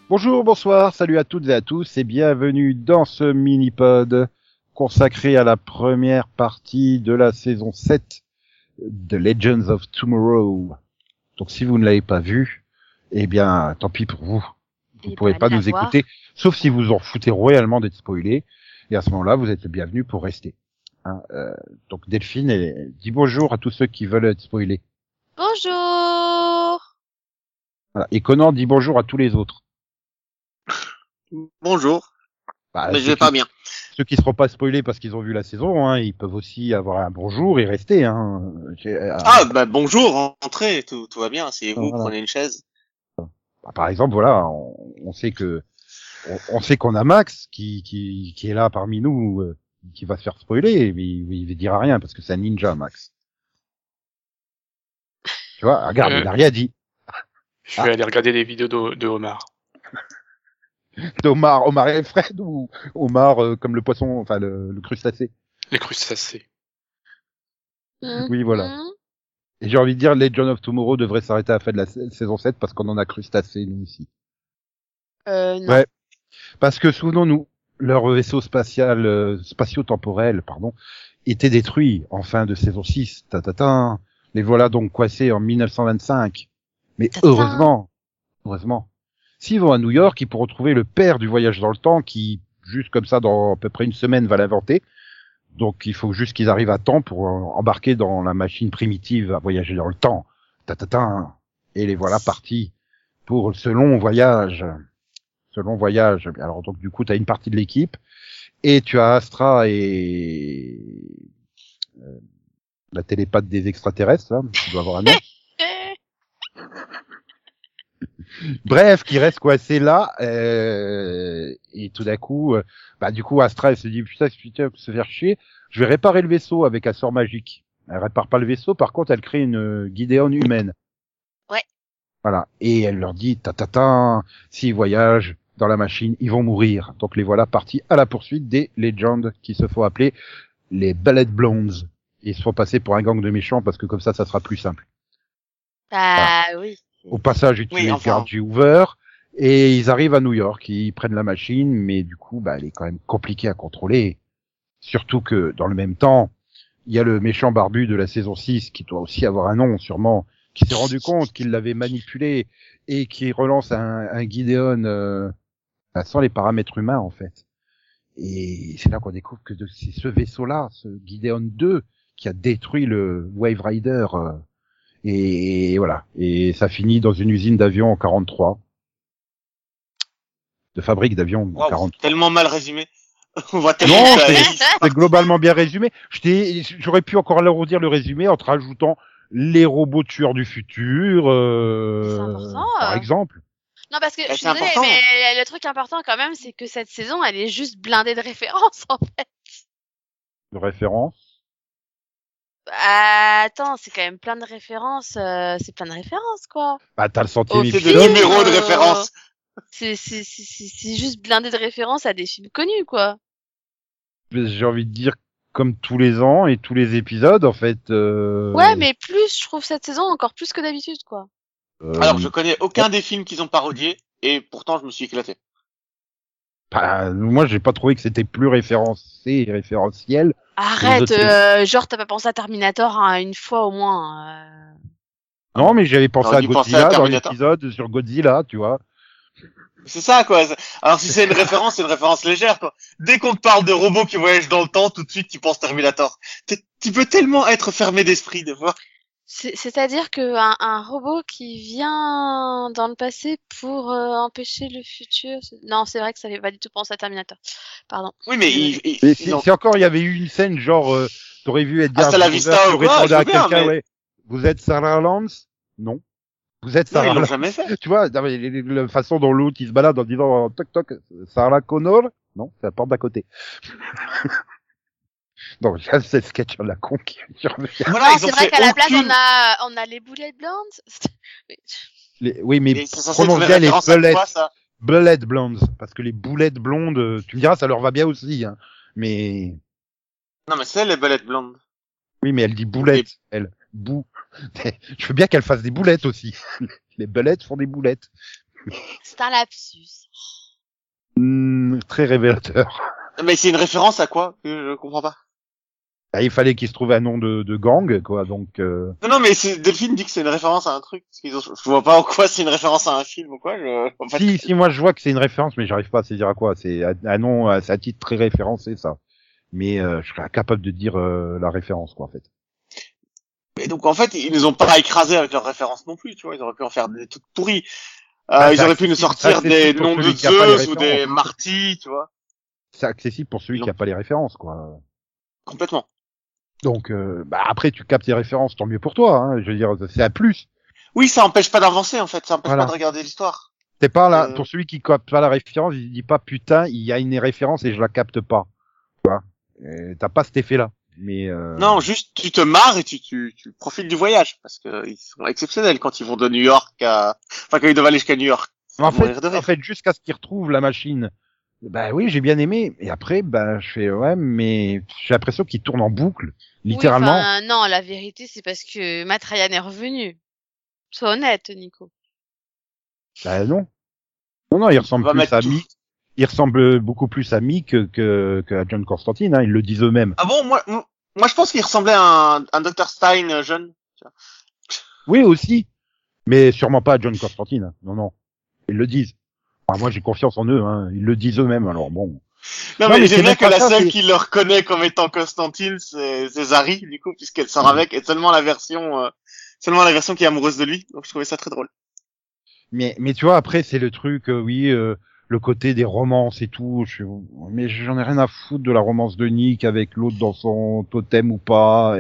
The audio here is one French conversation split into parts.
Bonjour, bonsoir, salut à toutes et à tous et bienvenue dans ce mini-pod consacré à la première partie de la saison 7 de Legends of Tomorrow. Donc si vous ne l'avez pas vu, eh bien tant pis pour vous. Vous ne pourrez pas allez la nous voir. écouter, sauf si vous en foutez royalement d'être spoilé. Et à ce moment-là, vous êtes le bienvenu pour rester. Hein, donc Delphine, dis bonjour à tous ceux qui veulent être spoilés. Bonjour. Voilà. Et Conan dit bonjour à tous les autres. Bonjour, Bah, mais je vais pas bien. Ceux qui seront pas spoilés parce qu'ils ont vu la saison, hein, ils peuvent aussi avoir un bonjour et rester. Hein. Bonjour, entrez, tout va bien, asseyez-vous, Voilà. prenez une chaise. Bah, par exemple, voilà, on sait que on sait qu'on a Max qui est là parmi nous, qui va se faire spoiler, mais il dira rien parce que c'est un ninja, Max. Tu vois, regarde, il a rien dit. Je vais aller regarder des vidéos de Omar. Omar et Fred ou Omar comme le poisson, enfin le crustacé. Les crustacés. Oui, voilà. Et j'ai envie de dire, Legend of Tomorrow devrait s'arrêter à la fin de la saison 7 parce qu'on en a crustacé, nous aussi. Non. Ouais. Parce que, souvenons-nous, leur vaisseau spatio-temporel, était détruit en fin de saison 6. Les voilà donc coincés en 1925. Mais heureusement, s'ils vont à New York, ils pourront trouver le père du voyage dans le temps qui, juste comme ça, dans à peu près une semaine, va l'inventer. Donc il faut juste qu'ils arrivent à temps pour embarquer dans la machine primitive à voyager dans le temps. Et les voilà partis pour ce long voyage. Alors donc du coup tu as une partie de l'équipe et tu as Astra et la télépathe des extraterrestres là, tu dois avoir un nom. Bref, qui reste coincé là et tout d'un coup du coup Astra elle se dit putain se faire chier, je vais réparer le vaisseau avec un sort magique. Elle répare pas le vaisseau, par contre elle crée une Gideon humaine. Ouais. Voilà, et elle leur dit s'ils voyagent dans la machine, ils vont mourir. Donc les voilà partis à la poursuite des Legends qui se font appeler les Bullet Blondes. Ils se font passer pour un gang de méchants parce que comme ça sera plus simple. Oui. Au passage, ils tuent G. Hoover et ils arrivent à New York. Ils prennent la machine, mais du coup, elle est quand même compliquée à contrôler. Surtout que dans le même temps, il y a le méchant barbu de la saison 6 qui doit aussi avoir un nom sûrement, qui s'est rendu compte qu'il l'avait manipulé et qui relance un Gideon sans les paramètres humains en fait. Et c'est là qu'on découvre que c'est ce vaisseau-là, ce Gideon 2, qui a détruit le Wave Rider. Et voilà. Et ça finit dans une usine d'avions en 43. De fabrique d'avions en 43. Tellement mal résumé. On voit tellement non, c'est globalement bien résumé. J'aurais pu encore alourdir le résumé en te rajoutant les robots tueurs du futur, C'est important, par exemple. Non, parce que je suis désolée, mais le truc important quand même, c'est que cette saison, elle est juste blindée de références, en fait. De références? Attends, c'est quand même plein de références, c'est plein de références, quoi. T'as le centième épisode. C'est des numéros de références. C'est juste blindé de références à des films connus, quoi. J'ai envie de dire comme tous les ans et tous les épisodes, en fait. Ouais, mais plus, je trouve cette saison encore plus que d'habitude, quoi. Alors, je connais aucun des films qu'ils ont parodiés, et pourtant, je me suis éclaté. Moi, j'ai pas trouvé que c'était plus référentiel. Arrête, genre, t'as pas pensé à Terminator une fois au moins. Non, mais j'avais pensé à Godzilla dans l'épisode sur Godzilla, tu vois. C'est ça, quoi. Alors, si c'est une référence légère, quoi. Dès qu'on te parle de robots qui voyagent dans le temps, tout de suite, tu penses Terminator. Tu peux tellement être fermé d'esprit, des fois. C'est-à-dire que un robot qui vient dans le passé pour empêcher le futur. Non, c'est vrai que ça fait pas du tout penser à Terminator. Pardon. Oui, mais c'est encore, il y avait eu une scène genre, t'aurais vu Edgar Hasta la vista ou quoi, à quelqu'un, ouais. Vous êtes Sarah Lance? Non. Vous êtes Sarah Lance. Ils l'ont jamais fait. Tu vois, la façon dont l'autre il se balade en disant toc toc, Sarah Connor? Non, c'est la porte d'à côté. Donc, j'ai ce sketch à la con qui revient. Voilà, c'est vrai qu'à la place, on a les boulettes blondes. Oui, mais prononce bien les bullet blondes. Parce que les boulettes blondes, tu me diras, ça leur va bien aussi, hein. Mais. Non, mais c'est les boulettes blondes. Oui, mais elle dit boulettes, Je veux bien qu'elle fasse des boulettes aussi. Les boulettes font des boulettes. C'est un lapsus. Très révélateur. Mais c'est une référence à quoi? Je comprends pas. Bah, il fallait qu'il se trouve un nom de gang, quoi, donc... Non, mais Delphine dit que c'est une référence à un truc. Je vois pas en quoi c'est une référence à un film ou quoi. En fait, Si, moi je vois que c'est une référence, mais j'arrive pas à saisir à quoi. C'est un nom, c'est un titre très référencé, ça. Mais je serais incapable de dire la référence, quoi, en fait. Et donc en fait, ils nous ont pas écrasé avec leurs références non plus, tu vois. Ils auraient pu en faire des trucs pourris. Ils auraient pu nous sortir des noms de Zeus ou des Marty, tu vois. C'est accessible pour celui qui a pas les références, quoi. Complètement. Donc, après, tu captes les références, tant mieux pour toi. Hein. Je veux dire, c'est un plus. Oui, ça empêche pas d'avancer en fait. Ça empêche Voilà. pas de regarder l'histoire. T'es pas là pour celui qui capte pas la référence, il dit pas putain, il y a une référence et je la capte pas. Tu vois. T'as pas cet effet-là. Mais non, juste tu te marres et tu profites du voyage parce que ils sont exceptionnels quand ils vont de New York quand ils doivent aller jusqu'à New York. En fait, jusqu'à ce qu'ils retrouvent la machine. Bah oui, j'ai bien aimé. Et après, je fais ouais, mais j'ai l'impression qu'il tourne en boucle, littéralement. Oui, non, la vérité, c'est parce que Matt Ryan est revenu. Sois honnête, Nico. Bah non. Non, il ressemble plus à Mick. Il ressemble beaucoup plus à Mick que à John Constantine, hein, ils le disent eux-mêmes. Ah bon, moi je pense qu'il ressemblait à un Dr Stein jeune. Oui, aussi. Mais sûrement pas à John Constantine. Hein. Non. Ils le disent. Enfin, moi, j'ai confiance en eux, hein. Ils le disent eux-mêmes, alors bon. Non, mais c'est vrai que la seule qui le reconnaît comme étant Constantine, c'est Zari, du coup, puisqu'elle sort avec, et seulement la version qui est amoureuse de lui. Donc, je trouvais ça très drôle. Mais tu vois, après, c'est le truc, le côté des romances et tout. Mais j'en ai rien à foutre de la romance de Nick avec l'autre dans son totem ou pas.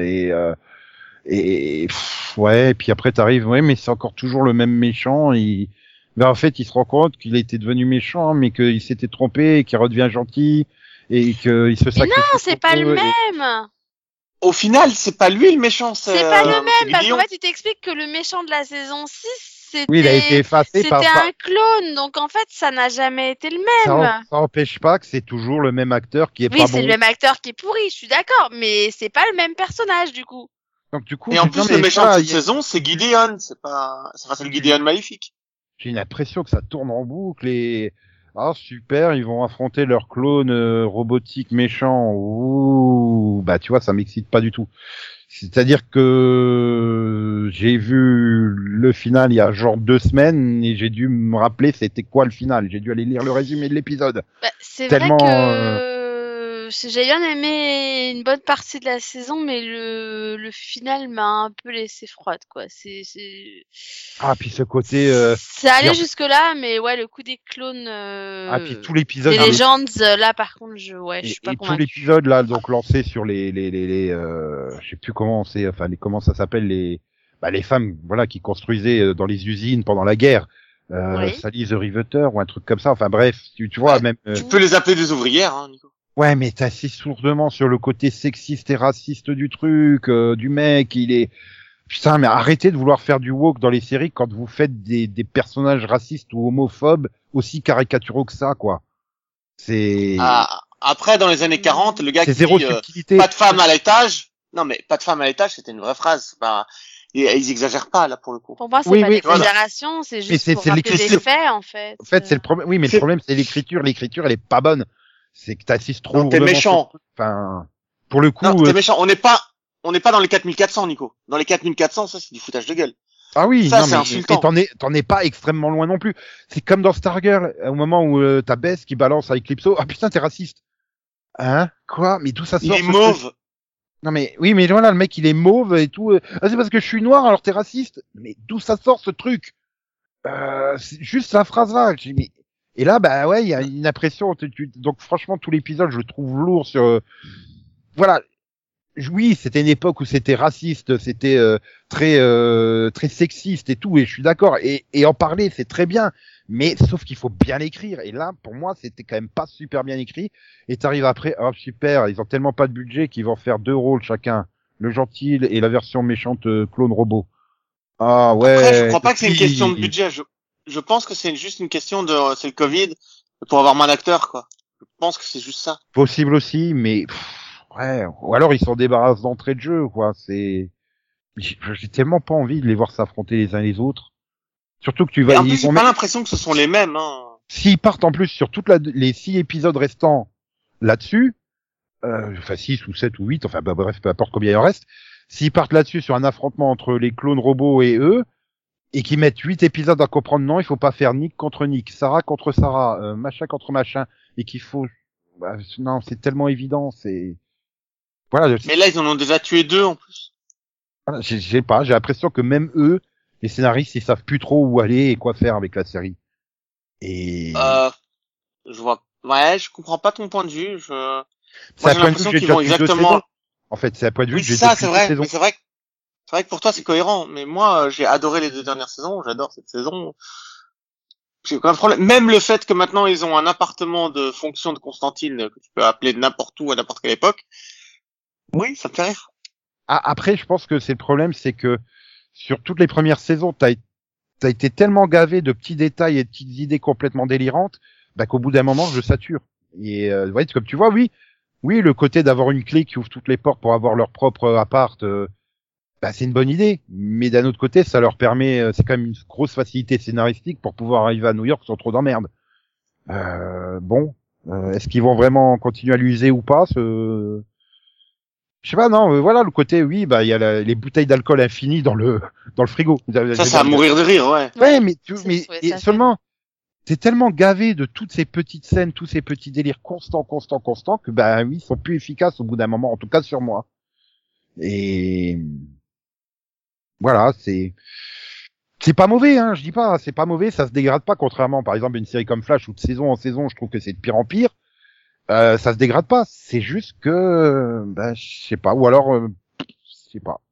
Et puis après, t'arrives, ouais, mais c'est encore toujours le même méchant. En fait, il se rend compte qu'il était devenu méchant, mais qu'il s'était trompé, et qu'il redevient gentil, et qu'il se sacrifie. Mais non, c'est pas le même. Au final, c'est pas lui le méchant, c'est pas le même, parce qu'en fait, il t'explique que le méchant de la saison 6, oui, il a été effacé c'était un clone, donc en fait, ça n'a jamais été le même. Ça empêche pas que c'est toujours le même acteur qui est pas bon. Oui, c'est le même acteur qui est pourri, je suis d'accord, mais c'est pas le même personnage, du coup. Donc, du coup, et en plus, le méchant de cette saison, c'est Gideon, c'est le Gideon maléfique. J'ai l'impression que ça tourne en boucle et super, ils vont affronter leur clone robotique méchant. Ouh, tu vois, ça m'excite pas du tout. C'est-à-dire que j'ai vu le final il y a genre 2 semaines et j'ai dû me rappeler c'était quoi le final. J'ai dû aller lire le résumé de l'épisode. C'est tellement vrai que j'ai bien aimé une bonne partie de la saison, mais le final m'a un peu laissé froide, quoi. Puis ce côté. Ça allait jusque là, mais ouais, le coup des clones. Puis tout l'épisode. Des légendes, là, par contre, je suis pas convaincu. Tout l'épisode là, donc lancé sur les je sais plus comment c'est, enfin comment ça s'appelle les femmes, voilà, qui construisaient dans les usines pendant la guerre. Sally the Riveter ou un truc comme ça. Enfin bref, tu vois même. Tu peux les appeler des ouvrières, hein, Nico. Ouais, mais t'insistes lourdement sur le côté sexiste et raciste du truc, du mec, il est... Putain, mais arrêtez de vouloir faire du woke dans les séries quand vous faites des personnages racistes ou homophobes aussi caricaturaux que ça, quoi. C'est... Après, dans les années 40, le gars qui zéro dit subtilité. pas de femme à l'étage... Non, mais pas de femme à l'étage, c'était une vraie phrase. Ils exagèrent pas, là, pour le coup. Pour moi, c'est pas l'exagération, c'est juste pour rappeler des faits, en fait. En fait, c'est le problème. Oui, mais le problème, c'est l'écriture. L'écriture, elle est pas bonne. C'est que t'assistes trop. Non, t'es méchant. Enfin, pour le coup. Non, t'es méchant. On n'est pas dans les 4400, Nico. Dans les 4400, ça, c'est du foutage de gueule. Ah oui, ça, c'est insultant. Et t'en es pas extrêmement loin non plus. C'est comme dans Stargirl, au moment où t'as Bess qui balance avec Eclipso. Ah putain, t'es raciste. Hein? Quoi? Mais d'où ça sort? Il est mauve. Non mais, oui, mais voilà, le mec, il est mauve et tout. C'est parce que je suis noir, alors t'es raciste. Mais d'où ça sort, ce truc? C'est juste la phrase là. Et là, ouais, il y a une impression. Donc franchement, tout l'épisode, je le trouve lourd sur. Voilà. Oui, c'était une époque où c'était raciste, c'était très sexiste et tout, et je suis d'accord. Et en parler, c'est très bien. Mais sauf qu'il faut bien l'écrire. Et là, pour moi, c'était quand même pas super bien écrit. Et t'arrives après, super, ils ont tellement pas de budget qu'ils vont faire 2 rôles chacun, le gentil et la version méchante clone robot. Ah ouais. Après, je crois pas que c'est une question de budget. Je pense que c'est juste une question c'est le Covid, pour avoir moins d'acteurs, quoi. Je pense que c'est juste ça. Possible aussi, mais ouais. Ou alors ils s'en débarrassent d'entrée de jeu, quoi. J'ai tellement pas envie de les voir s'affronter les uns les autres. Surtout que tu Et vas, en plus, ils j'ai vont pas mettre, l'impression que ce sont les mêmes, hein. s'ils partent en plus sur les 6 épisodes restants là-dessus, enfin 6 ou 7 ou 8, enfin bah, bref, peu importe combien il en reste, s'ils partent là-dessus sur un affrontement entre les clones robots et eux, et qu'ils mettent 8 épisodes à comprendre, non, il faut pas faire Nick contre Nick, Sarah contre Sarah, machin contre machin, et qu'il faut, bah, non, c'est tellement évident, c'est, voilà, Mais là, ils en ont déjà tué 2 en plus. j'ai pas, j'ai l'impression que même eux, les scénaristes, ils savent plus trop où aller et quoi faire avec la série. Et Je vois. Ouais, je comprends pas ton point de vue. c'est Moi, un j'ai point de vue l'impression que j'ai qu'ils déjà vont depuis 2 exactement. saisons. En fait, c'est un point de vue Oui, que j'ai ça, depuis c'est 2 vrai. saisons. Mais c'est vrai que pour toi, c'est cohérent. Mais moi, j'ai adoré les 2 dernières saisons. J'adore cette saison. J'ai aucun problème. Même le fait que maintenant, ils ont un appartement de fonction de Constantine que tu peux appeler n'importe où à n'importe quelle époque. Oui, ça me fait rire. Après, je pense que c'est le problème, c'est que sur toutes les premières saisons, t'as été tellement gavé de petits détails et de petites idées complètement délirantes, bah, qu'au bout d'un moment, je sature. Et ouais, comme tu vois, oui, le côté d'avoir une clé qui ouvre toutes les portes pour avoir leur propre appart, bah, c'est une bonne idée. Mais d'un autre côté, ça leur permet, c'est quand même une grosse facilité scénaristique pour pouvoir arriver à New York sans trop d'emmerdes. Bon, est-ce qu'ils vont vraiment continuer à l'user ou pas Je sais pas, non, voilà, le côté, oui, bah, il y a les bouteilles d'alcool infinies dans le frigo. Ça, c'est à mourir de rire, ouais. Ouais, mais j'ai trouvé et ça seulement, t'es tellement gavé de toutes ces petites scènes, tous ces petits délires constants, que bah oui, ils sont plus efficaces au bout d'un moment, en tout cas sur moi. Et voilà, c'est pas mauvais, hein, je dis pas, c'est pas mauvais, ça se dégrade pas, contrairement, par exemple, à une série comme Flash où de saison en saison, je trouve que c'est de pire en pire. Ça se dégrade pas, c'est juste que, bah, je sais pas, ou alors, je sais pas,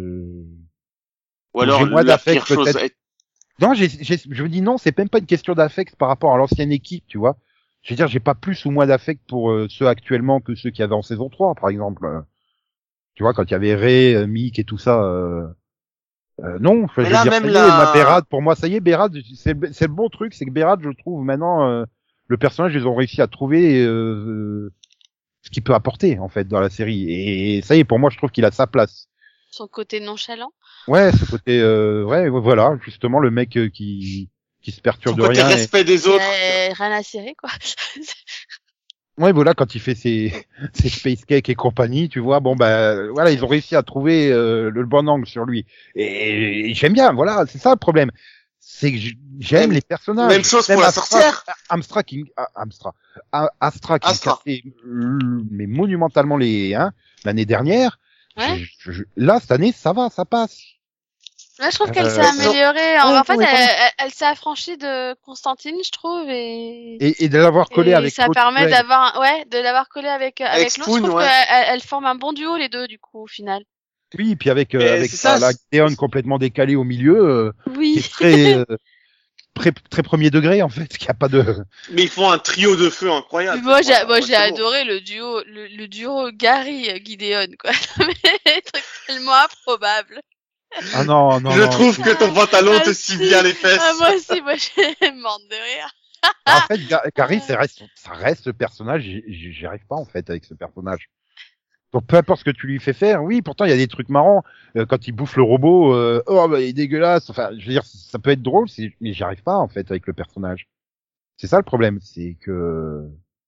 Ou alors, j'ai moins la d'affect pire chose. peut-être. Non, je me dis non, c'est même pas une question d'affect par rapport à l'ancienne équipe, tu vois. Je veux dire, j'ai pas plus ou moins d'affect pour ceux actuellement que ceux qu'il y avait en saison 3, par exemple. Tu vois, quand il y avait Ray, Mick et tout ça. Non, je Mais veux là, dire, même ça y est, la. Bérad, pour moi, ça y est, Bérad, c'est le bon truc, c'est que Bérad, je trouve maintenant, le personnage, ils ont réussi à trouver ce qu'il peut apporter en fait dans la série. Et ça y est, pour moi, je trouve qu'il a sa place. son côté nonchalant. Ouais, ce côté, ouais, voilà, justement, le mec qui se perturbe Son de côté rien. respect des autres. Rien à cirer, quoi. Ouais, voilà, quand il fait ses space cakes et compagnie, tu vois, bon, bah, voilà, ils ont réussi à trouver le bon angle sur lui. Et j'aime bien, voilà, c'est ça le problème. C'est que j'aime les personnages. Même chose pour la sorcière. Astra qui me Astra. cassait mais monumentalement l'année dernière. Ouais. Là, cette année, ça va, ça passe. Là, je trouve qu'elle s'est Euh, améliorée. ouais, En fait, ouais, voilà. elle s'est affranchie de Constantine, je trouve, Et de l'avoir collé et avec ça Claude permet Puel. de l'avoir collée avec l'autre. Je Spoon, trouve ouais. qu'elle forme un bon duo, les deux, du coup, au final. Oui, et puis avec Mais c'est ça, la Gideon complètement décalée au milieu, qui Oui. est très premier degré en fait, qui a pas de. Mais ils font un trio de feu incroyable. Moi, j'ai c'est beau. adoré le duo Gary Gideon, quoi. Mais truc tellement improbable. Ah non, non, Je non. trouve que ton pantalon te si. scie bien les fesses. Ah, moi aussi, moi, j'ai morte de rire. En fait, Gary, ça reste le personnage. J'y arrive pas en fait avec ce personnage. Donc peu importe ce que tu lui fais faire, oui, pourtant il y a des trucs marrants quand il bouffe le robot. Oh, bah, il est dégueulasse. Enfin, je veux dire, ça peut être drôle, mais j'y arrive pas en fait avec le personnage. C'est ça le problème, c'est que.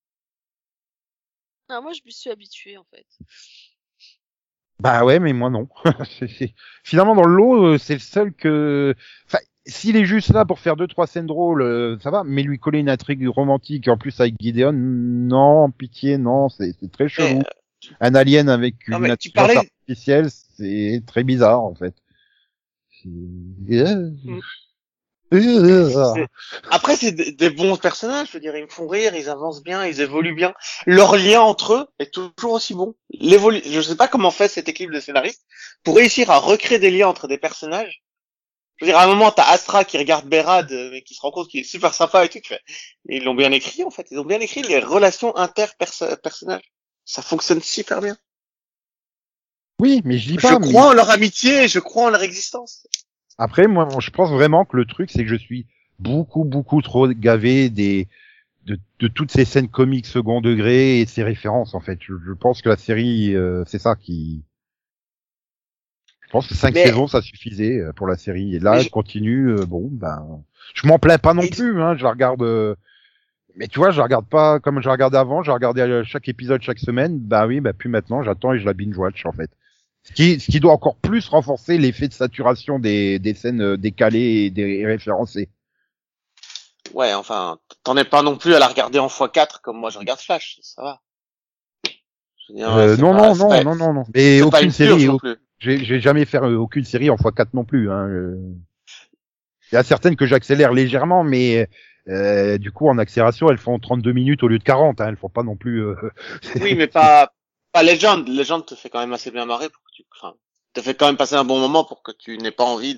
Ah, moi, je me suis habituée, en fait. Bah ouais, mais moi non. Finalement, dans le lot, c'est le seul que. Enfin, s'il est juste là pour faire 2-3 scènes drôles, ça va. Mais lui coller une intrigue romantique, en plus avec Gideon, non, pitié, non, c'est très chelou. Un alien avec Non, une mais tu intelligence parlais- artificielle, c'est très bizarre en fait. Après, c'est des bons personnages. Je veux dire, ils me font rire, ils avancent bien, ils évoluent bien. Leur lien entre eux est toujours aussi bon. Je sais pas comment fait cette équipe de scénaristes pour réussir à recréer des liens entre des personnages. Je veux dire, à un moment, t'as Astra qui regarde Bérad, mais qui se rend compte qu'il est super sympa et tout. Tu fais, ils l'ont bien écrit, en fait. Ils ont bien écrit les relations inter-personnages. Ça fonctionne super bien. Oui, mais je dis Je pas. Mais crois en leur amitié et je crois en leur existence. après, moi, je pense vraiment que le truc, c'est que je suis beaucoup trop gavé de toutes ces scènes comiques second degré et ces références en fait. Je pense que la série, c'est ça qui. Je pense que 5 Mais- saisons, ça suffisait pour la série. Et là, Mais elle continue. Bon, ben, je m'en plains pas non plus. Hein, je la regarde. Mais tu vois, je la regarde pas comme je la regardais avant. Je la regardais chaque épisode chaque semaine. Bah oui, bah plus maintenant. J'attends et je la binge-watch en fait. Ce qui doit encore plus renforcer l'effet de saturation des scènes décalées et référencées. Ouais, enfin, t'en es pas non plus à la regarder en x4 comme moi je regarde Flash, ça va. Je veux dire, c'est Non, pas- non, c'est non, pas- non, non, non. Mais c'est pas aucune une purge série. non plus. Je vais jamais faire aucune série en x4 non plus. Hein. Il y a certaines que j'accélère légèrement, mais du coup, en accélération, elles font 32 minutes au lieu de 40. Hein. Elles font pas non plus... Oui, mais pas Legend. Legend te fait quand même assez bien marrer pour que enfin, te fait quand même passer un bon moment pour que tu n'aies pas envie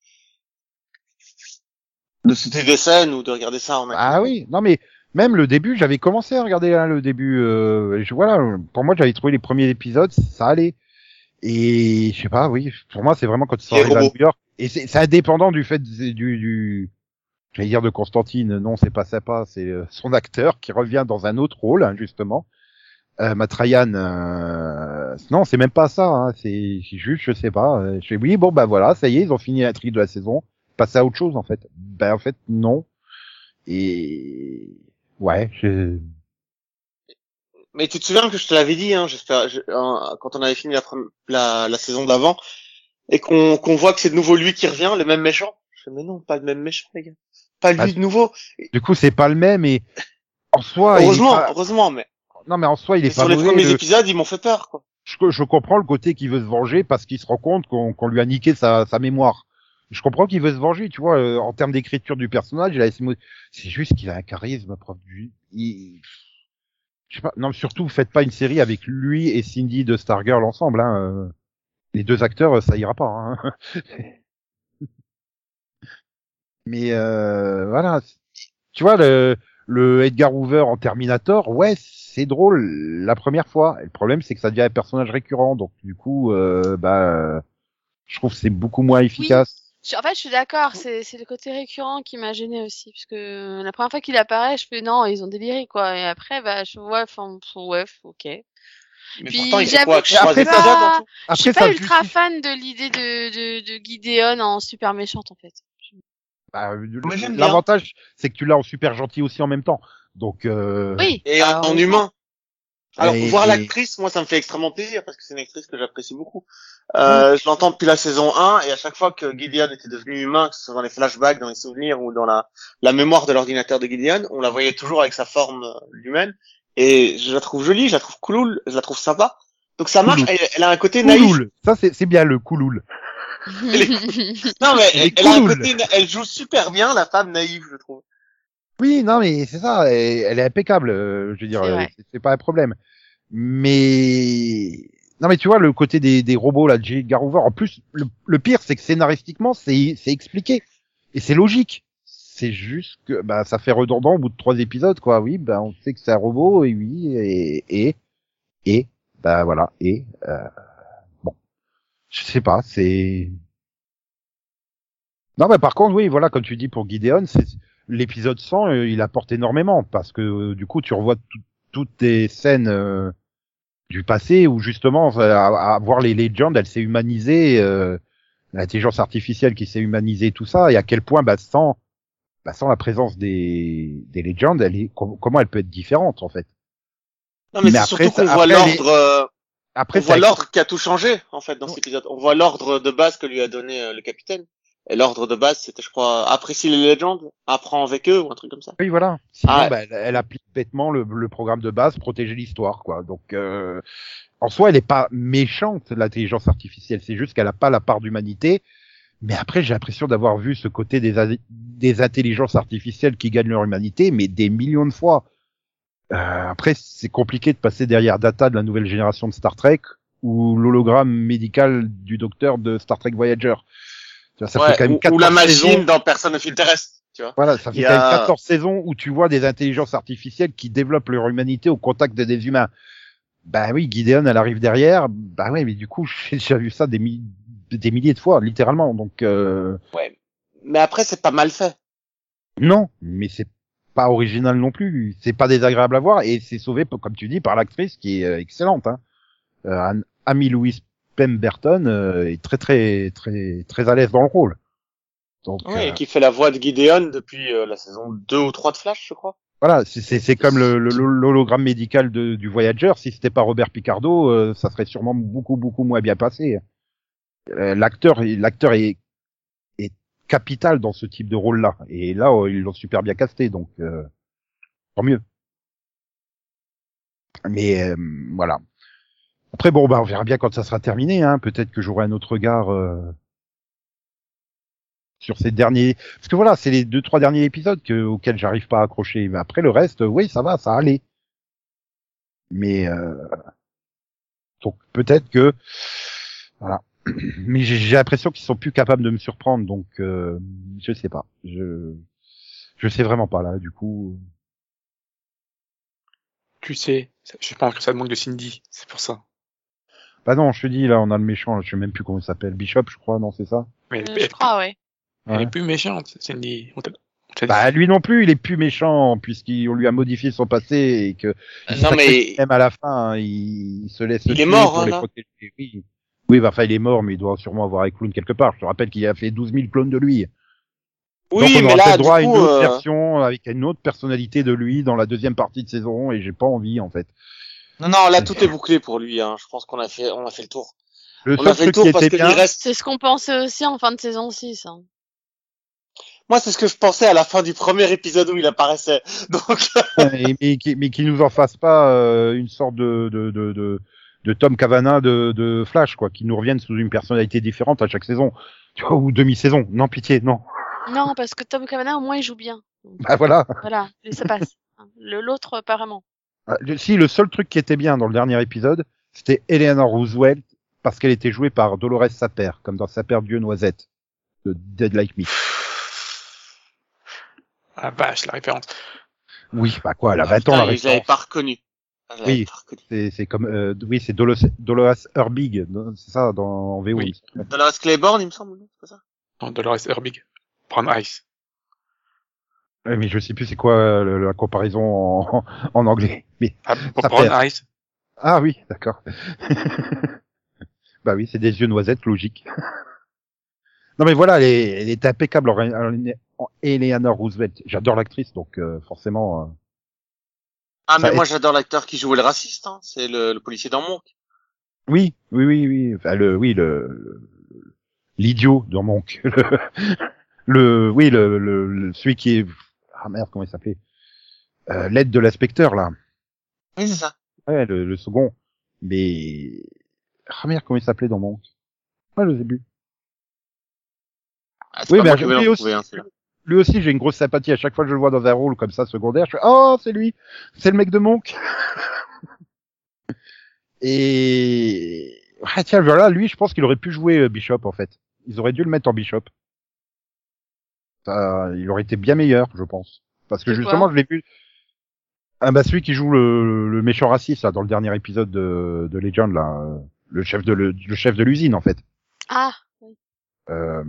de sauter des scènes ou de regarder ça en Ah oui, non mais même le début, j'avais commencé à regarder hein, le début. Voilà, pour moi, j'avais trouvé les premiers épisodes, ça allait. Et je sais pas, oui, pour moi, c'est vraiment quand ils sont Les arrivés à robots. New York. Et c'est indépendant du fait j'allais dire de Constantine. Non, c'est pas sympa. C'est son acteur qui revient dans un autre rôle, hein, justement. Matt Ryan, non, c'est même pas ça. Hein, c'est juste, je sais pas. Je fais oui, bon bah voilà, ça y est, ils ont fini l'intrigue de la saison. Passer à autre chose en fait. Ben en fait non. Et ouais, Mais tu te souviens que je te l'avais dit, hein, quand on avait fini la saison d'avant, et qu'on voit que c'est de nouveau lui qui revient, le même méchant. Je fais, mais non, pas le même méchant, les gars. Pas lui de nouveau. du coup, c'est pas le même. Et en soi, Heureusement, mais non, mais en soi, il est pas sur les mauvais. premiers épisodes, ils m'ont fait peur, quoi. Je comprends le côté qui veut se venger parce qu'il se rend compte qu'on lui a niqué sa mémoire. Je comprends qu'il veut se venger, tu vois, en termes d'écriture du personnage, c'est juste qu'il a un charisme, prof. Je sais pas, non, surtout, faites pas une série avec lui et Cindy de Stargirl ensemble, hein. Les deux acteurs, ça ira pas, hein. Mais voilà, tu vois le Edgar Hoover en Terminator, ouais, c'est drôle la première fois. Et le problème, c'est que ça devient un personnage récurrent, donc du coup, je trouve que c'est beaucoup moins efficace. En fait, je suis d'accord, c'est le côté récurrent qui m'a gêné aussi, parce que la première fois qu'il apparaît, je fais non, ils ont déliré quoi, et après, bah, ouais, enfin, ouais, ok. Mais Puis pourtant, il fait j'avoue quoi, que 3 je suis épisodes pas, en tout? je suis pas ultra fan de l'idée de Gideon en super méchante en fait. Moi, j'aime bien. L'avantage, c'est que tu l'as en super gentil aussi en même temps. Donc Oui. Et alors, en humain. Alors, Et- voir et- l'actrice, moi, ça me fait extrêmement plaisir parce que c'est une actrice que j'apprécie beaucoup. Je l'entends depuis la saison 1 et à chaque fois que Gideon était devenu humain, que ce soit dans les flashbacks, dans les souvenirs ou dans la mémoire de l'ordinateur de Gideon, on la voyait toujours avec sa forme humaine et je la trouve jolie, je la trouve cool, je la trouve sympa. Donc ça marche, Couloul. elle a un côté naïf. Couloul. Ça, c'est bien le couloul. Non mais Elle est elle a un cool. côté, elle joue super bien la femme naïve, je trouve. Oui, non, mais c'est ça. Elle est impeccable. Je veux dire, C'est vrai. c'est pas un problème. Mais non, mais tu vois le côté des robots là, de J. Edgar Hoover. En plus, le pire, c'est que scénaristiquement, c'est expliqué et c'est logique. C'est juste que bah ça fait redondant au bout de 3 épisodes, quoi. Oui, bah on sait que c'est un robot et oui et bah voilà et bon, je sais pas, c'est non, mais par contre, oui, voilà, comme tu dis pour Gideon, c'est l'épisode 100, il apporte énormément parce que du coup, tu revois toutes tes scènes du passé où justement, à voir les Legends, elle s'est humanisée, l'intelligence artificielle qui s'est humanisée, tout ça, et à quel point, sans la présence des Legends, comment elle peut être différente en fait. Non mais Mais c'est après, surtout qu'on ça- voit après, l'ordre. Après, On voit ça- l'ordre qui a tout changé, en fait, dans cet épisode. On voit l'ordre de base que lui a donné le capitaine. Et l'ordre de base, c'était, je crois, apprécie les légendes, apprends avec eux, ou un truc comme ça. Oui, voilà. Sinon, Ah ouais. bah, elle applique bêtement le programme de base, protéger l'histoire, quoi. Donc, en soi, elle est pas méchante, l'intelligence artificielle. C'est juste qu'elle a pas la part d'humanité. Mais après, j'ai l'impression d'avoir vu ce côté des intelligences artificielles qui gagnent leur humanité, mais des millions de fois. Après, c'est compliqué de passer derrière Data de la nouvelle génération de Star Trek ou l'hologramme médical du docteur de Star Trek Voyager. Tu vois, ça fait quand même ou 14 la machine saisons. dans Personne au fil terrestre, tu vois. Voilà, ça fait Il y quand même a- 14 saisons où tu vois des intelligences artificielles qui développent leur humanité au contact des humains. Bah oui, Gideon, elle arrive derrière. Bah ouais, mais du coup, j'ai déjà vu ça des milliers de fois, littéralement. Donc, Ouais. Mais après, c'est pas mal fait. non, mais c'est pas original non plus. C'est pas désagréable à voir et c'est sauvé, comme tu dis, par l'actrice qui est excellente. Hein. Amy Louise Pemberton est très très très très à l'aise dans le rôle. Donc Ouais, et qui fait la voix de Gideon depuis la saison 2 ou 3 de Flash, je crois. voilà, c'est comme l'hologramme médical du Voyager. Si c'était pas Robert Picardo, ça serait sûrement beaucoup moins bien passé. L'acteur est capital dans ce type de rôle-là. Et là, ils l'ont super bien casté, donc tant mieux. Mais voilà. Après, bon, bah, on verra bien quand ça sera terminé. Hein. Peut-être que j'aurai un autre regard sur ces derniers. Parce que voilà, c'est les 2-3 derniers épisodes auxquels j'arrive pas à accrocher. Mais après, le reste, oui, ça va, ça allait. Mais donc peut-être que voilà. Mais j'ai l'impression qu'ils sont plus capables de me surprendre. Donc je sais pas. Je sais vraiment pas là. Du coup. Tu sais, je pense que ça manque de Cindy, c'est pour ça. Bah non, je te dis, là, on a le méchant, je sais même plus comment il s'appelle. Bishop, je crois, non, c'est ça? Mais Je crois, ouais. elle est plus méchante, Cindy. On t'a dit. Bah, lui non plus, il est plus méchant, puisqu'on lui a modifié son passé et que, Non, mais même à la fin, hein, il se laisse Il tuer est mort, pour hein, les là. protéger. Oui. Oui, bah, enfin, il est mort, mais il doit sûrement avoir un clone quelque part. Je te rappelle qu'il a fait 12 000 clones de lui. Donc, oui, on mais aura là, peut-être du droit à une coup, autre version avec une autre personnalité de lui dans la deuxième partie de saison et j'ai pas envie, en fait. non, là, tout est bouclé pour lui, hein. Je pense on a fait le tour. Le On seul a fait le truc tour qui parce était qu'il bien, reste. C'est ce qu'on pensait aussi en fin de saison 6. Hein. Moi, c'est ce que je pensais à la fin du premier épisode où il apparaissait. Donc, mais qui nous en fasse pas une sorte de Tom Cavana de Flash, quoi, qui nous revienne sous une personnalité différente à chaque saison, tu vois, ou demi-saison. Non, pitié, non. Non, parce que Tom Cavanaugh, au moins, il joue bien. Bah voilà. Voilà, et ça passe. L'autre, pas vraiment. Si, le seul truc qui était bien dans le dernier épisode, c'était Eleanor Roosevelt, parce qu'elle était jouée par Dolores Saper, comme dans Saper Dieu Noisette, de Dead Like Me. Ah vache, la référence. Oui, bah quoi, elle a 20 ans, putain, la je l'avais référence. pas reconnu. Je l'avais Oui. pas reconnu. C'est comme, oui, c'est Dolores Herbig, c'est ça, en VO. Oui. Dolores Claiborne, il me semble, non? C'est pas ça? Non, Dolores Herbig. Brown Ice. Ouais, mais je sais plus c'est quoi la comparaison en anglais. Mais Ah, ça Brown perd. Ice. Ah oui, d'accord. Bah oui, c'est des yeux noisettes, logique. Non mais voilà, elle est impeccable en Eleanor Roosevelt. J'adore l'actrice, donc forcément. Ah, Ça mais moi, aide. j'adore l'acteur qui jouait le raciste, hein. C'est le policier dans Monk. Oui. Enfin, l'idiot dans Monk. Celui qui est, ah merde, comment il s'appelait? L'aide de l'inspecteur là. Oui, c'est ça. Ouais, le second. Mais, ah merde, comment il s'appelait dans Monk? Ouais, je sais plus. Ah, c'est Oui, pas mais moi qui vais lui l'en aussi, trouver, hein, celui-là. lui aussi, j'ai une grosse sympathie. À chaque fois que je le vois dans un rôle comme ça, secondaire, je fais, oh, c'est lui. C'est le mec de Monk. Et, ah, tiens, voilà, lui, je pense qu'il aurait pu jouer Bishop, en fait. Ils auraient dû le mettre en Bishop. Ça, il aurait été bien meilleur, je pense. Parce que C'est justement, quoi je l'ai vu. Ah, bah, celui qui joue le méchant raciste, là, dans le dernier épisode de Legend, là. Le chef de l'usine, en fait. Ah, Euh,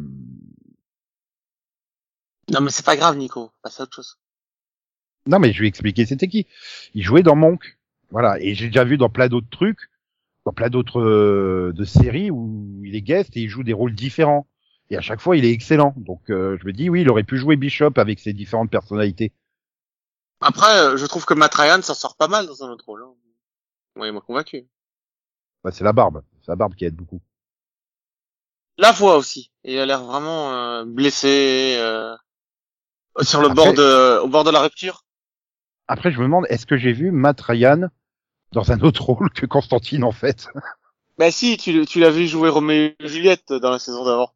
Non, mais c'est pas grave, Nico. Passe à autre chose. Non, mais je vais expliquer c'était qui. Il jouait dans Monk. Voilà. Et j'ai déjà vu dans plein d'autres trucs, dans plein d'autres de séries où il est guest et il joue des rôles différents. Et à chaque fois, il est excellent. Donc, je me dis, oui, il aurait pu jouer Bishop avec ses différentes personnalités. Après, je trouve que Matt Ryan s'en sort pas mal dans un autre rôle. Hein. Ouais, il m'a convaincu. Bah, c'est la barbe. C'est la barbe qui aide beaucoup. La voix aussi. Il a l'air vraiment blessé, sur le Après- au bord de la rupture. Après, je me demande, est-ce que j'ai vu Matt Ryan dans un autre rôle que Constantine, en fait? Bah si, tu l'as vu jouer Roméo et Juliette dans la saison d'avant.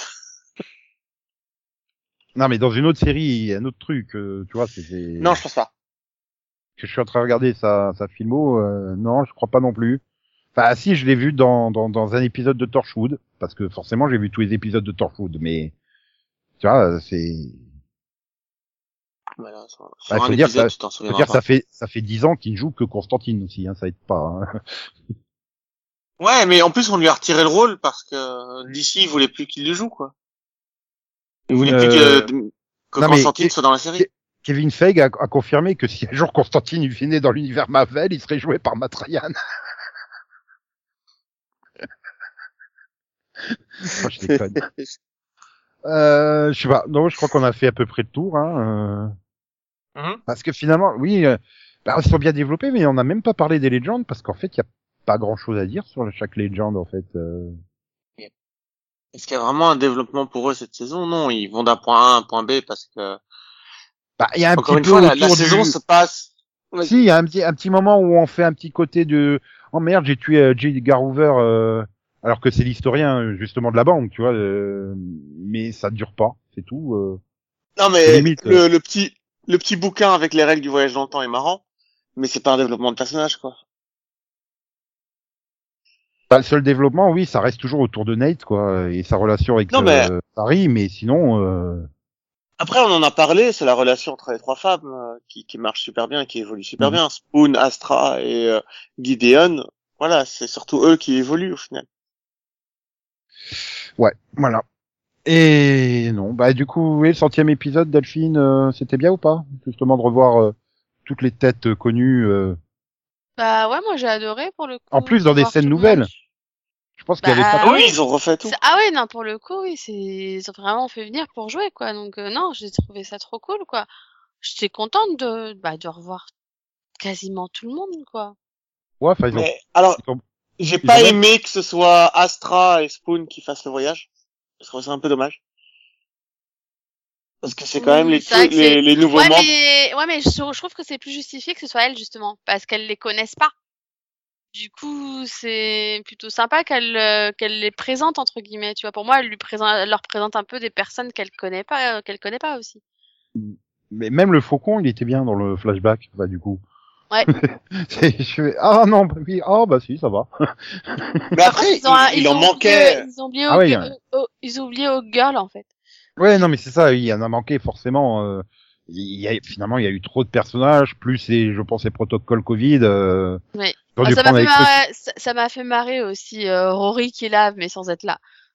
Non, mais dans une autre série, un autre truc, tu vois, Non, je pense pas. que je suis en train de regarder sa filmo, non, je crois pas non plus. Enfin, si, je l'ai vu dans un épisode de Torchwood, parce que forcément, j'ai vu tous les épisodes de Torchwood, mais, tu vois, c'est, Voilà, sur bah, un faut dire, épisode, tu t'en faut souviendras dire, pas. ça fait 10 ans qu'il ne joue que Constantine aussi, hein, ça aide pas, hein. Ouais, mais en plus, on lui a retiré le rôle parce que d'ici, il voulait plus qu'il le joue, quoi. Il voulait plus que non, mais Constantine soit dans la série. Kevin Feige a confirmé que si un jour Constantine il venait dans l'univers Marvel, il serait joué par Matt Ryan. Moi, je déconne. Je sais pas. Non, je crois qu'on a fait à peu près le tour. Hein. Parce que finalement, oui, ils sont bien développés, mais on n'a même pas parlé des Legends parce qu'en fait, il y a pas grand-chose à dire sur chaque Legend en fait. Est-ce qu'il y a vraiment un développement pour eux cette saison? Non, ils vont d'un point A à un point B parce que Il y a un encore petit une peu fois la autour saison se passe. Vas-y. Si, il y a un petit moment où on fait un petit côté de oh merde, j'ai tué J. Edgar Hoover alors que c'est l'historien justement de la banque, tu vois. Mais ça dure pas, c'est tout. Non C'est mais limite. le petit bouquin avec les règles du voyage dans le temps est marrant, mais c'est pas un développement de personnage quoi. Le seul développement, oui, ça reste toujours autour de Nate, quoi, et sa relation avec Non mais Harry, mais sinon. après on en a parlé, c'est la relation entre les trois femmes qui marche super bien, qui évolue super bien. Spoon, Astra et Gideon, voilà, c'est surtout eux qui évoluent au final. Ouais, voilà. Et non, du coup, oui, le 100e épisode, Delphine, c'était bien ou pas? Justement de revoir toutes les têtes connues. Bah ouais, moi j'ai adoré pour le coup. En plus, dans des voir scènes tout le nouvelles. monde. Je pense qu'il y avait pas. Ah oui, ils ont refait tout. Ah ouais, non, pour le coup, oui, ils ont vraiment fait venir pour jouer, quoi. Donc non, j'ai trouvé ça trop cool, quoi. J'étais contente de revoir quasiment tout le monde, quoi. Ouais, enfin, ils ont. Mais alors, j'ai pas aimé que ce soit Astra et Spoon qui fassent le voyage. Je trouve ça un peu dommage. Parce que c'est quand même les nouveaux membres. Ouais, mais je trouve que c'est plus justifié que ce soit elle, justement. Parce qu'elles les connaissent pas. Du coup, c'est plutôt sympa qu'elle les présente, entre guillemets, tu vois. Pour moi, elle leur présente un peu des personnes qu'elle connaît pas aussi. Mais même le faucon, il était bien dans le flashback, du coup. Ouais. Non, oui, si, ça va. Mais après, il en manquait. Ils ont oublié Hawkgirl, en fait. Ouais, non, mais c'est ça, il y en a manqué forcément. Finalement, il y a eu trop de personnages, plus je pense, les protocoles Covid. Oui. Ça m'a fait marrer aussi Rory qui lave, mais sans être là.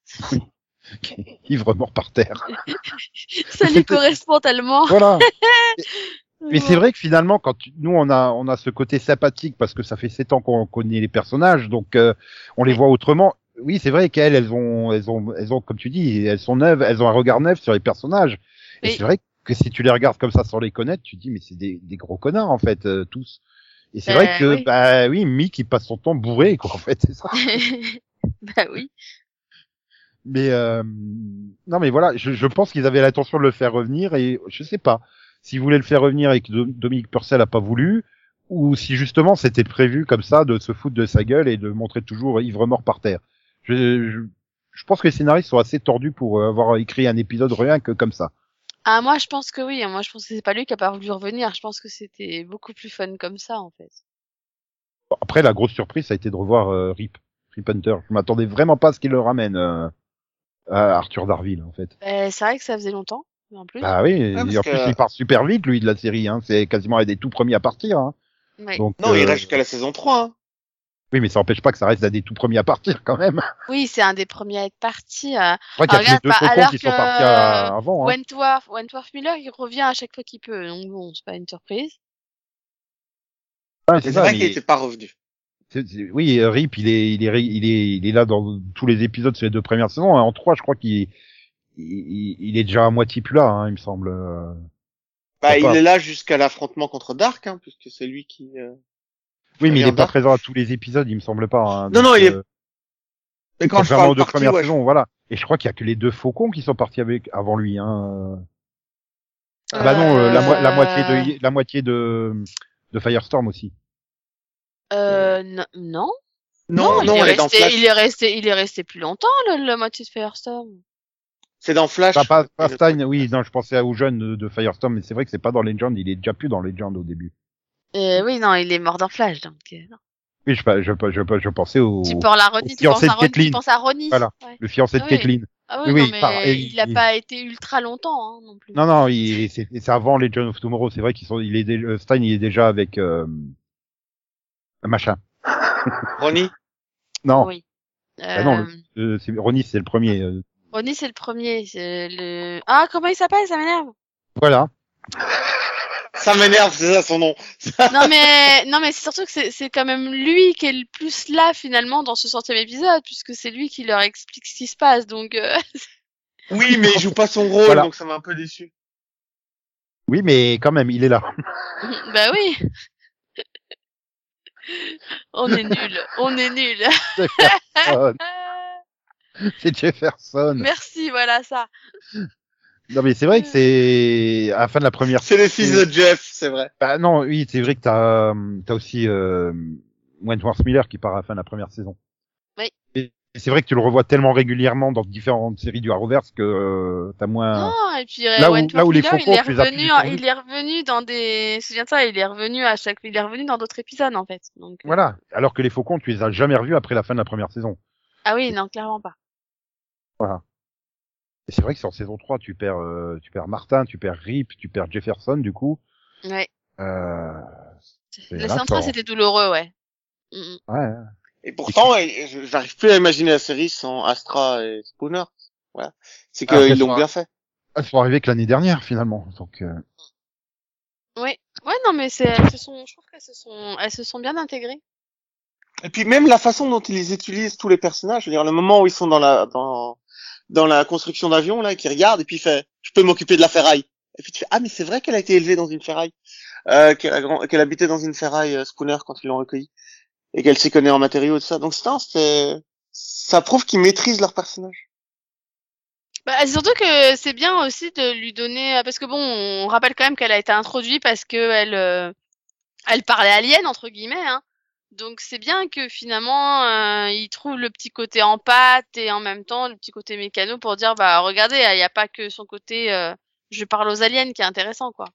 Ivre mort par terre. Ça lui correspond tellement. Voilà. Mais c'est vrai que finalement, nous on a ce côté sympathique parce que ça fait 7 ans qu'on connaît les personnages, donc on les voit autrement. Oui, c'est vrai qu'elles ont, comme tu dis, elles sont neuves, elles ont un regard neuf sur les personnages. Et c'est vrai que si tu les regardes comme ça sans les connaître, tu te dis mais c'est des gros connards en fait tous. Et c'est vrai que Mick il passe son temps bourré quoi en fait, c'est ça. Bah oui. Mais non mais voilà, je pense qu'ils avaient l'intention de le faire revenir et je sais pas s'ils voulaient le faire revenir et que Dominique Purcell a pas voulu ou si justement c'était prévu comme ça de se foutre de sa gueule et de montrer toujours ivre mort par terre. Je pense que les scénaristes sont assez tordus pour avoir écrit un épisode rien que comme ça. Ah moi je pense que oui, moi je pense que c'est pas lui qui a pas voulu revenir, je pense que c'était beaucoup plus fun comme ça en fait. Après la grosse surprise ça a été de revoir Rip Hunter. Je m'attendais vraiment pas à ce qu'il le ramène à Arthur Darville en fait. C'est vrai que ça faisait longtemps en plus. Bah oui, et en plus il part super vite lui de la série hein, c'est quasiment un des tout premiers à partir hein. Oui. Donc non, il reste jusqu'à la saison 3 hein. Oui, mais ça n'empêche pas que ça reste un des tout premiers à partir quand même. Oui, c'est un des premiers à être parti. Je crois qu'il y a que les deux faucons qui sont partis avant. Hein. Wentworth Miller, il revient à chaque fois qu'il peut. Donc bon, c'est pas une surprise. Ouais, c'est vrai qu'il n'était pas revenu. Oui, Rip, il est là dans tous les épisodes sur les 2 premières saisons. En 3, je crois qu'il est déjà à moitié plus là, hein, il me semble. Il est là jusqu'à l'affrontement contre Dark, hein, puisque c'est lui qui. Oui, mais il est pas présent à tous les épisodes, il me semble pas. Hein, non, il est. Mais quand je parle de première saison, voilà. Et je crois qu'il y a que les 2 faucons qui sont partis avant lui. Hein. Bah non, la moitié de Firestorm aussi. Non. Non, il est resté plus longtemps la moitié de Firestorm. C'est dans Flash. Pas Stein, oui, non, je pensais aux jeunes de Firestorm, mais c'est vrai que c'est pas dans Legend, il est déjà plus dans Legend au début. Oui, non, il est mort dans Flash, donc. Non. Oui, je pensais au. Tu penses à Ronnie. Voilà, ouais. Le fiancé de Caitlyn. Ah oui, non, mais il a pas été ultra longtemps, hein, non plus. Non, c'est avant Legend of Tomorrow, c'est vrai Stein, il est déjà avec, machin. Ronnie? Non. Oui. Non, Ronnie, c'est le premier. Ronnie, c'est le premier, Ah, comment il s'appelle, ça m'énerve. Voilà. Ça m'énerve, c'est ça son nom. Non mais c'est surtout que c'est quand même lui qui est le plus là finalement dans ce 100e épisode puisque c'est lui qui leur explique ce qui se passe donc Oui, mais il joue pas son rôle, Voilà. donc ça m'a un peu déçu. Oui, mais quand même, il est là. bah oui. On est nul. Jefferson. C'est Jefferson. Merci, voilà ça. Non, mais c'est vrai que c'est à la fin de la première. C'est les fils de Jeff, c'est vrai. Bah non, oui, c'est vrai que t'as aussi Wentworth Miller qui part à la fin de la première saison. Oui. Et c'est vrai que tu le revois tellement régulièrement dans différentes séries du Arrowverse que t'as moins. Non, et puis là où les Miller, faucons, tu les as plus vus. il est revenu dans des, souviens de ça, il est revenu dans d'autres épisodes en fait. Donc Voilà. Alors que les faucons, tu les as jamais revus après la fin de la première saison. Ah oui, non, clairement pas. Voilà. Et c'est vrai que sur saison 3, tu perds Martin, tu perds Rip, tu perds Jefferson, du coup. Ouais. La La saison 3, c'était douloureux, ouais. Ouais. Et pourtant, j'arrive plus à imaginer la série sans Astra et Spooner. Voilà. C'est qu'ils l'ont bien fait. Elles sont arrivées que l'année dernière, finalement. Donc, Ouais. Ouais, non, mais je trouve elles se sont bien intégrées. Et puis même la façon dont ils utilisent tous les personnages, je veux dire, le moment où ils sont dans la construction d'avion, là, et qu'ils regardent, et puis il fait, je peux m'occuper de la ferraille. Et puis tu fais, ah, mais c'est vrai qu'elle a été élevée dans une ferraille, qu'elle habitait dans une ferraille, Spooner, quand ils l'ont recueillie. Et qu'elle s'y connaît en matériaux et tout ça. Donc ça prouve qu'ils maîtrisent leur personnage. Bah, c'est surtout que c'est bien aussi de lui donner, parce que bon, on rappelle quand même qu'elle a été introduite parce que elle parlait alien, entre guillemets, hein. Donc c'est bien que finalement, il trouve le petit côté empathe et en même temps le petit côté mécano pour dire, bah, regardez, il n'y a pas que son côté, je parle aux aliens qui est intéressant, quoi.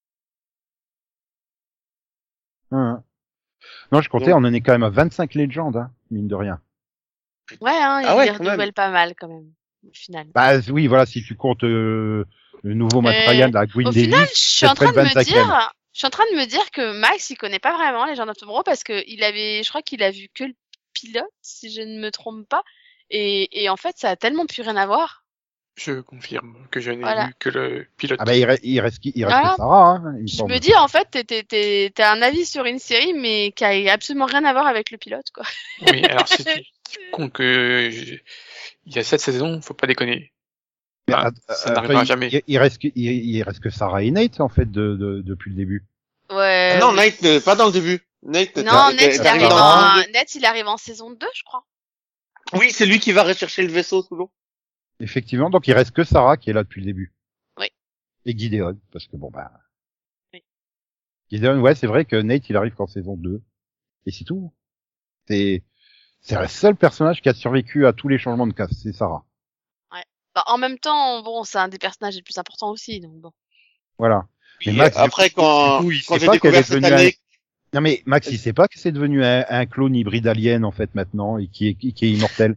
Non, je comptais, on en est quand même à 25 légendes, hein, mine de rien. Ouais, hein, Ah il ouais, les quand même. renouvelle pas mal, quand même, au final. Bah oui, voilà, si tu comptes le nouveau Matt Ryan, la Gwyn Au Davis, final, je suis en serait train le de me 25e. dire, que Max, il connaît pas vraiment les gens of Tomorrow parce que je crois qu'il a vu que le pilote, si je ne me trompe pas. Et en fait, ça a tellement plus rien à voir. Je confirme que je n'ai Voilà. vu que le pilote. Ah bah il reste Voilà. que Sarah, hein, il me Je semble. me dis, en fait, t'as un avis sur une série, mais qui a absolument rien à voir avec le pilote, quoi. Oui, alors si tu comptes que il y a 7 saisons, faut pas déconner. Mais Ça n'arrivera jamais. Il reste que Sarah et Nate, en fait, depuis le début. Ouais. Non, Nate n'est pas dans le début. Nate il arrive en saison 2, je crois. Oui, c'est lui qui va rechercher le vaisseau sous l'eau. Effectivement, donc il reste que Sarah qui est là depuis le début. Oui. Et Gideon, parce que bon, bah. Oui. Gideon, ouais, c'est vrai que Nate, il arrive qu'en saison 2. Et c'est tout. C'est le seul personnage qui a survécu à tous les changements de cast, c'est Sarah. Ouais. Bah, en même temps, bon, c'est un des personnages les plus importants aussi, donc bon. Voilà. Mais Max, après, du quand coup, j'ai découvert cette année, Non mais Max, il sait pas que c'est devenu un clone hybride alien en fait maintenant et qui est immortel.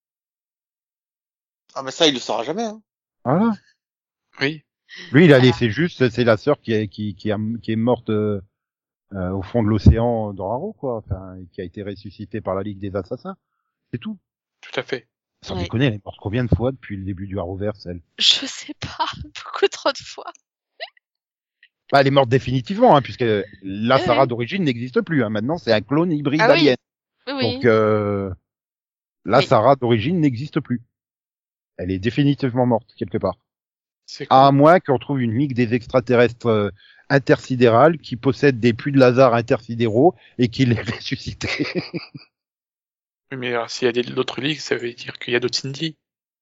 ah, mais ça, il le saura jamais, hein. Voilà. Oui. Lui, il a laissé juste, c'est la sœur qui est morte au fond de l'océan dans Arrow, quoi, enfin, et qui a été ressuscitée par la Ligue des Assassins. C'est tout. Tout à fait. Sans Ouais. déconner, elle est morte combien de fois depuis le début du Arrowverse, elle? Je sais pas, beaucoup trop de fois. Bah, elle est morte définitivement, hein, puisque la Oui, Sarah oui. d'origine n'existe plus. Hein. Maintenant, c'est un clone hybride Ah oui. alien. Oui, oui. Donc, la Oui. Sarah d'origine n'existe plus. Elle est définitivement morte quelque part. C'est À cool. moins qu'on trouve une ligue des extraterrestres intersidérales qui possèdent des puits de Lazare intersidéraux et qui les ressuscitent. Oui, mais alors, s'il y a d'autres ligues, ça veut dire qu'il y a d'autres Cindy.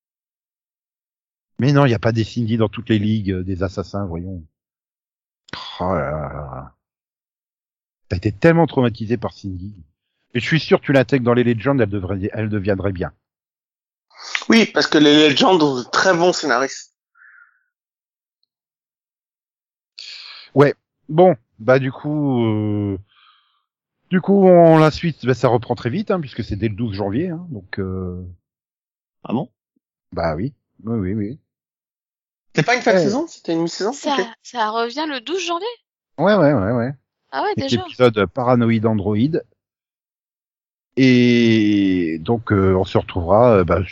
Mais non, il n'y a pas des Cindy dans toutes les ligues des assassins, voyons. Oh là là là. T'as été tellement traumatisé par Cindy. Et je suis sûr que tu l'intègres dans les Legends, elle deviendrait bien. Oui, parce que les Legends ont de très bons scénaristes. Ouais. Bon, bah du coup, on la suite, bah, ça reprend très vite, hein, puisque c'est dès le 12 janvier, hein, donc. Ah bon? Bah oui, oui. C'était pas une fin de Ouais. saison? C'était une mi-saison? Ça, Ok. ça revient le 12 janvier? Ouais. Ah ouais, Avec déjà. l'épisode Paranoïde Android. Et donc, on se retrouvera, bah,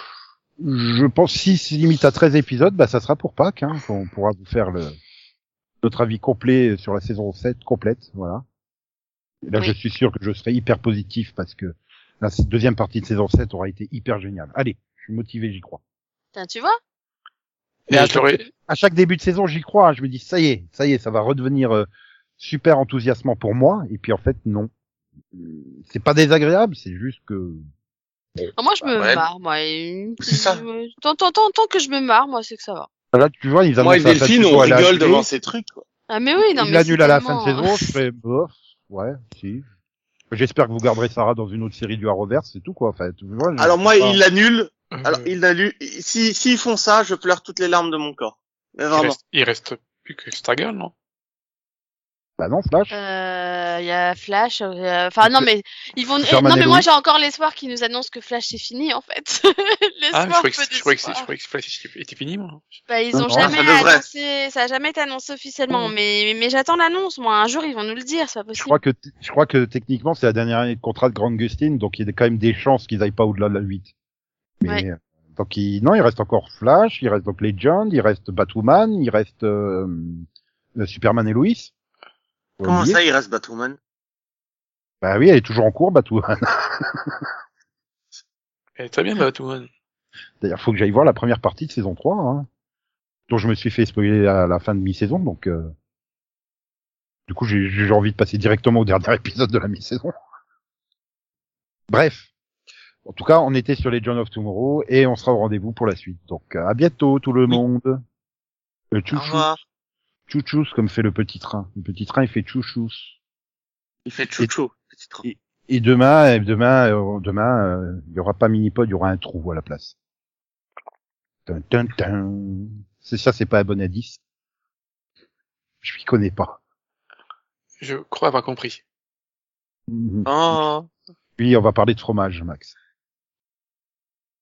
je pense, si c'est limite à 13 épisodes, bah, ça sera pour Pâques, hein, qu'on pourra vous faire notre avis complet sur la saison 7 complète, voilà. Et là, Oui. je suis sûr que je serai hyper positif parce que la deuxième partie de saison 7 aura été hyper géniale. Allez, je suis motivé, j'y crois. Tiens, tu vois? Mais Et à je l'aurais, chaque début de saison, j'y crois. Hein. Je me dis, ça y est, ça va redevenir super enthousiasmant pour moi. Et puis en fait, non. C'est pas désagréable, c'est juste que... Ah, moi, je me ouais. marre, moi. C'est ça. Tant que je me marre, moi, c'est que ça va. Là, tu vois, ils Moi et annoncent la fin de Delphine, on saison à la rigole télé. devant ces trucs, quoi. Ah, mais oui, non, Ils mais c'est l'annulent à la fin de tellement... saison, je fais bof, ouais, si. J'espère que vous garderez Sarah dans une autre série du Arrowverse, c'est tout quoi. Enfin, tu vois, je Alors sais moi, pas. ils l'annulent. euh, Alors, ils l'annulent. S'ils font ça, je pleure toutes les larmes de mon corps. Mais vraiment. il reste plus que Stargirl, non? Bah non, Flash. Il y a Flash. Enfin, non, mais ils vont. Superman Non, et mais moi, Lois. j'ai encore l'espoir qu'ils nous annoncent que Flash c'est fini, en fait. Ah, L'espoir je peu croyais d'espoir. que Flash était fini, moi. Bah, ils Non, ont non, jamais ça devrait. annoncé. Ça a jamais été annoncé officiellement. Oh. Mais j'attends l'annonce. Moi, un jour, ils vont nous le dire. C'est pas Je possible. crois que techniquement c'est la dernière année de contrat de Grant Gustin, donc il y a quand même des chances qu'ils aillent pas au-delà de la 8. Mais Ouais. donc non, il reste encore Flash, il reste donc Legend, il reste Batwoman, il reste Superman et Lois. Faut Comment oublier. ça, il reste Batwoman? Bah oui, elle est toujours en cours, Batwoman. Elle est très bien, Batwoman. D'ailleurs, faut que j'aille voir la première partie de saison 3, hein, dont je me suis fait spoiler à la fin de mi-saison, donc du coup j'ai envie de passer directement au dernier épisode de la mi-saison. Bref, en tout cas, on était sur les Legends of Tomorrow et on sera au rendez-vous pour la suite. Donc à bientôt tout le Oui. monde. Au Tchouchous, revoir. tchouchous comme fait le petit train. Le petit train il fait tchouchous. Il fait chouchou, petit trou. Et demain, il y aura pas mini-pod, il y aura un trou à la place. Dun, dun, dun. C'est ça, c'est pas un bon indice. Je m'y connais pas. Je crois avoir compris. Oh. Oui, on va parler de fromage, Max.